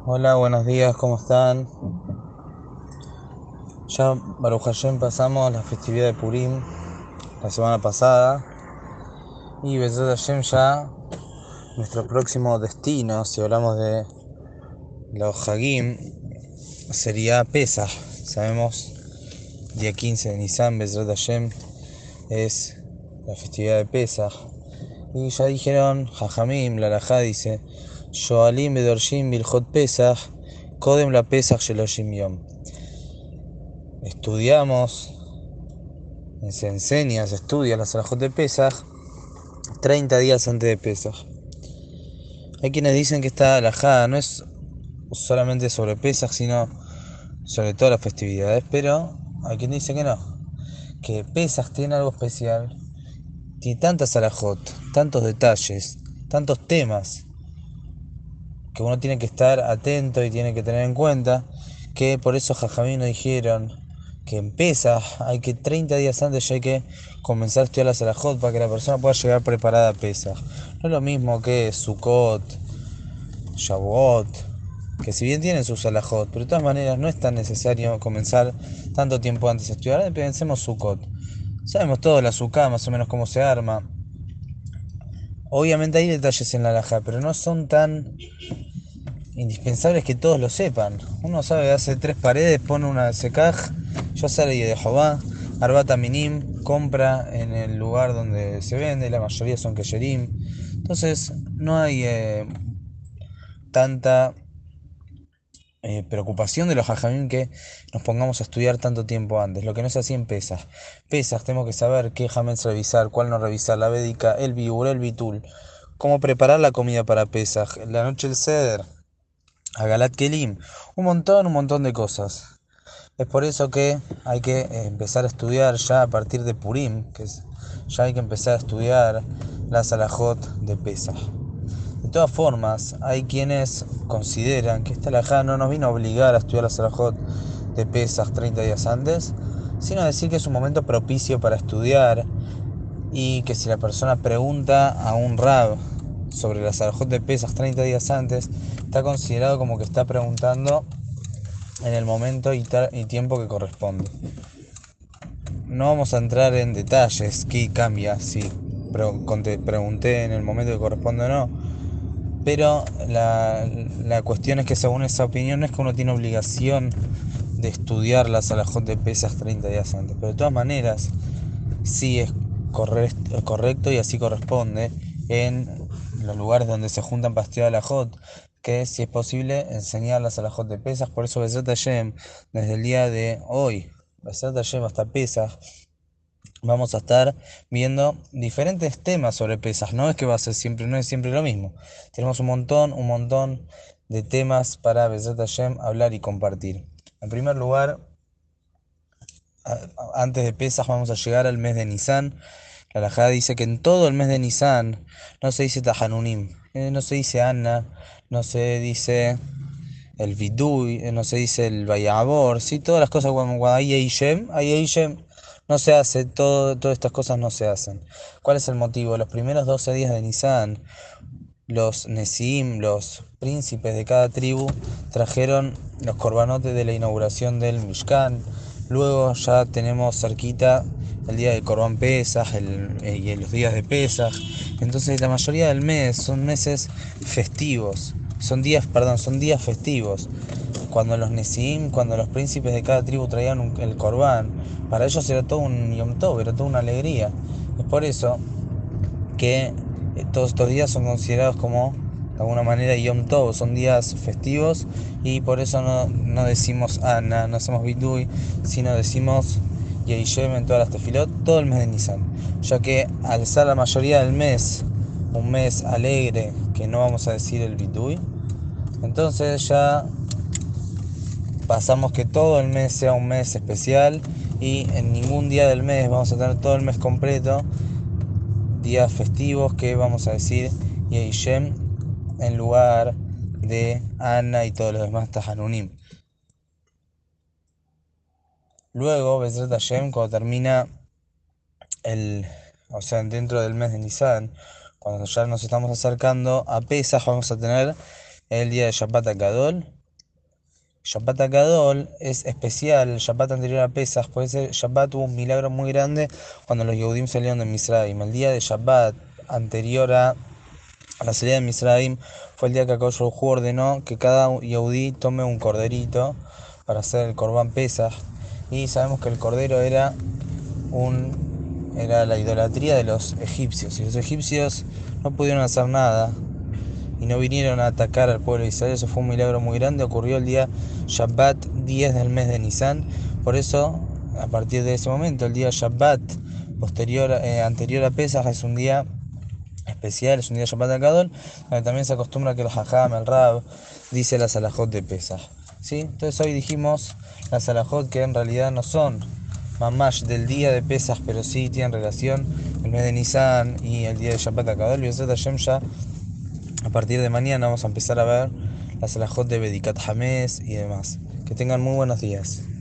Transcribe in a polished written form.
Hola, buenos días, ¿cómo están? Ya Baruch Hashem pasamos la festividad de Purim la semana pasada y Bezrat Hashem ya nuestro próximo destino, si hablamos de los Hagim, sería Pesach. Sabemos, día 15 de Nisan, Bezrat Hashem es la festividad de Pesach. Y ya dijeron, Jajamim, la halajá dice, Shoalim bedorshim bilhot Pesach, Kodem la Pesach sheloshim yom. Estudiamos, se enseña, se estudia la Salahot de Pesach 30 días antes de Pesach. Hay quienes dicen que esta halajá no es solamente sobre Pesach, sino sobre todas las festividades, pero hay quien dice que no, que Pesach tiene algo especial, tiene tantas halajot, tantos detalles, tantos temas, que uno tiene que estar atento y tiene que tener en cuenta, que por eso Jajamín nos dijeron que en Pesaj hay que 30 días antes ya hay que comenzar a estudiar la Salahot para que la persona pueda llegar preparada a Pesaj. No es lo mismo que Sukkot, Shavuot, que si bien tienen sus Salahot, pero de todas maneras no es tan necesario comenzar tanto tiempo antes a estudiar. Pensemos Sukkot. Sabemos todo la Sukkah, más o menos cómo se arma. Obviamente hay detalles en la halajá, pero no son tan indispensables que todos lo sepan. Uno sabe, hace tres paredes, pone una secaj, ya sale de Jehová, Arbata Minim, compra en el lugar donde se vende, la mayoría son Kesherim. Entonces no hay tanta preocupación de los Jajamim que nos pongamos a estudiar tanto tiempo antes. Lo que no es así en Pesaj. Pesaj tenemos que saber qué Hametz revisar, cuál no revisar, la védica, el Biur, el Bitul, cómo preparar la comida para Pesaj, la noche del Seder, a Galat Kelim, un montón de cosas. Es por eso que hay que empezar a estudiar ya a partir de Purim, ya hay que empezar a estudiar la Salahot de Pesach. De todas formas, hay quienes consideran que esta halajá no nos vino a obligar a estudiar la Salahot de Pesach 30 días antes, sino a decir que es un momento propicio para estudiar y que si la persona pregunta a un rab sobre la Salahot de Pesach 30 días antes, está considerado como que está preguntando en el momento y tiempo que corresponde. No vamos a entrar en detalles, qué cambia si pregunté en el momento que corresponde o no, pero la cuestión es que según esa opinión no es que uno tiene obligación de estudiar la Salahot de Pesach 30 días antes, pero de todas maneras sí es correcto y así corresponde en los lugares donde se juntan para estudiar la Jot, que si es posible enseñar las Salahot de Pesach. Por eso Bezrat Hashem, desde el día de hoy, Bezrat Hashem hasta Pesach, vamos a estar viendo diferentes temas sobre Pesach. No es que va a ser siempre, no es siempre lo mismo. Tenemos un montón de temas para Bezrat Hashem hablar y compartir. En primer lugar, antes de Pesach vamos a llegar al mes de Nisan. La halajá dice que en todo el mes de Nisan no se dice Tahanunim, no se dice Anna, no se dice el Vidui, no se dice el Vayabor, sí, todas las cosas como Ayeshem, no se hace, todas estas cosas no se hacen. ¿Cuál es el motivo? Los primeros 12 días de Nisan, los Nesiim, los príncipes de cada tribu, trajeron los corbanotes de la inauguración del Mishkan. Luego ya tenemos cerquita el día del Corban Pesaj y los días de Pesaj. Entonces la mayoría del mes son meses festivos. Son días festivos. Cuando los Nesiim, cuando los príncipes de cada tribu traían el Corban, para ellos era todo un Yom Tov, era toda una alegría. Es por eso que todos estos días son considerados como de alguna manera Yom Tov, son días festivos y por eso no decimos Ana, no hacemos Bidui, sino decimos Yeishem en todas las tefilot, todo el mes de Nisan, ya que al ser la mayoría del mes un mes alegre, que no vamos a decir el Bidui, entonces ya pasamos que todo el mes sea un mes especial y en ningún día del mes vamos a tener todo el mes completo días festivos que vamos a decir Yeishem en lugar de Ana y todos los demás Tahanunim. Luego, Bezrat Hashem, cuando termina o sea, dentro del mes de Nisan, cuando ya nos estamos acercando a Pesach, vamos a tener el día de Shabbat HaGadol, Shabbat Akadol es especial, el Shabbat anterior a Pesach, pues ese Shabbat tuvo un milagro muy grande cuando los Yehudim salieron de Misraim. El día de Shabbat anterior a la salida de Misraim fue el día que Akadosh Baruj Hu ordenó que cada Yehudí tome un corderito para hacer el Korban Pesach. Y sabemos que el cordero era la idolatría de los egipcios. Y los egipcios no pudieron hacer nada y no vinieron a atacar al pueblo de Israel. Eso fue un milagro muy grande. Ocurrió el día Shabbat 10 del mes de Nisan. Por eso, a partir de ese momento, el día Shabbat anterior a Pesach es un día especial, es un día de Shabbat Akadol, donde también se acostumbra que el Jajam, el Rab, dice las alajot de Pesach. ¿Sí? Entonces hoy dijimos las alajot que en realidad no son mamash del día de Pesach, pero sí tienen relación el mes de Nisan y el día de Shabbat Akadol. Y ya a partir de mañana vamos a empezar a ver las alajot de Bedikat Hames y demás. Que tengan muy buenos días.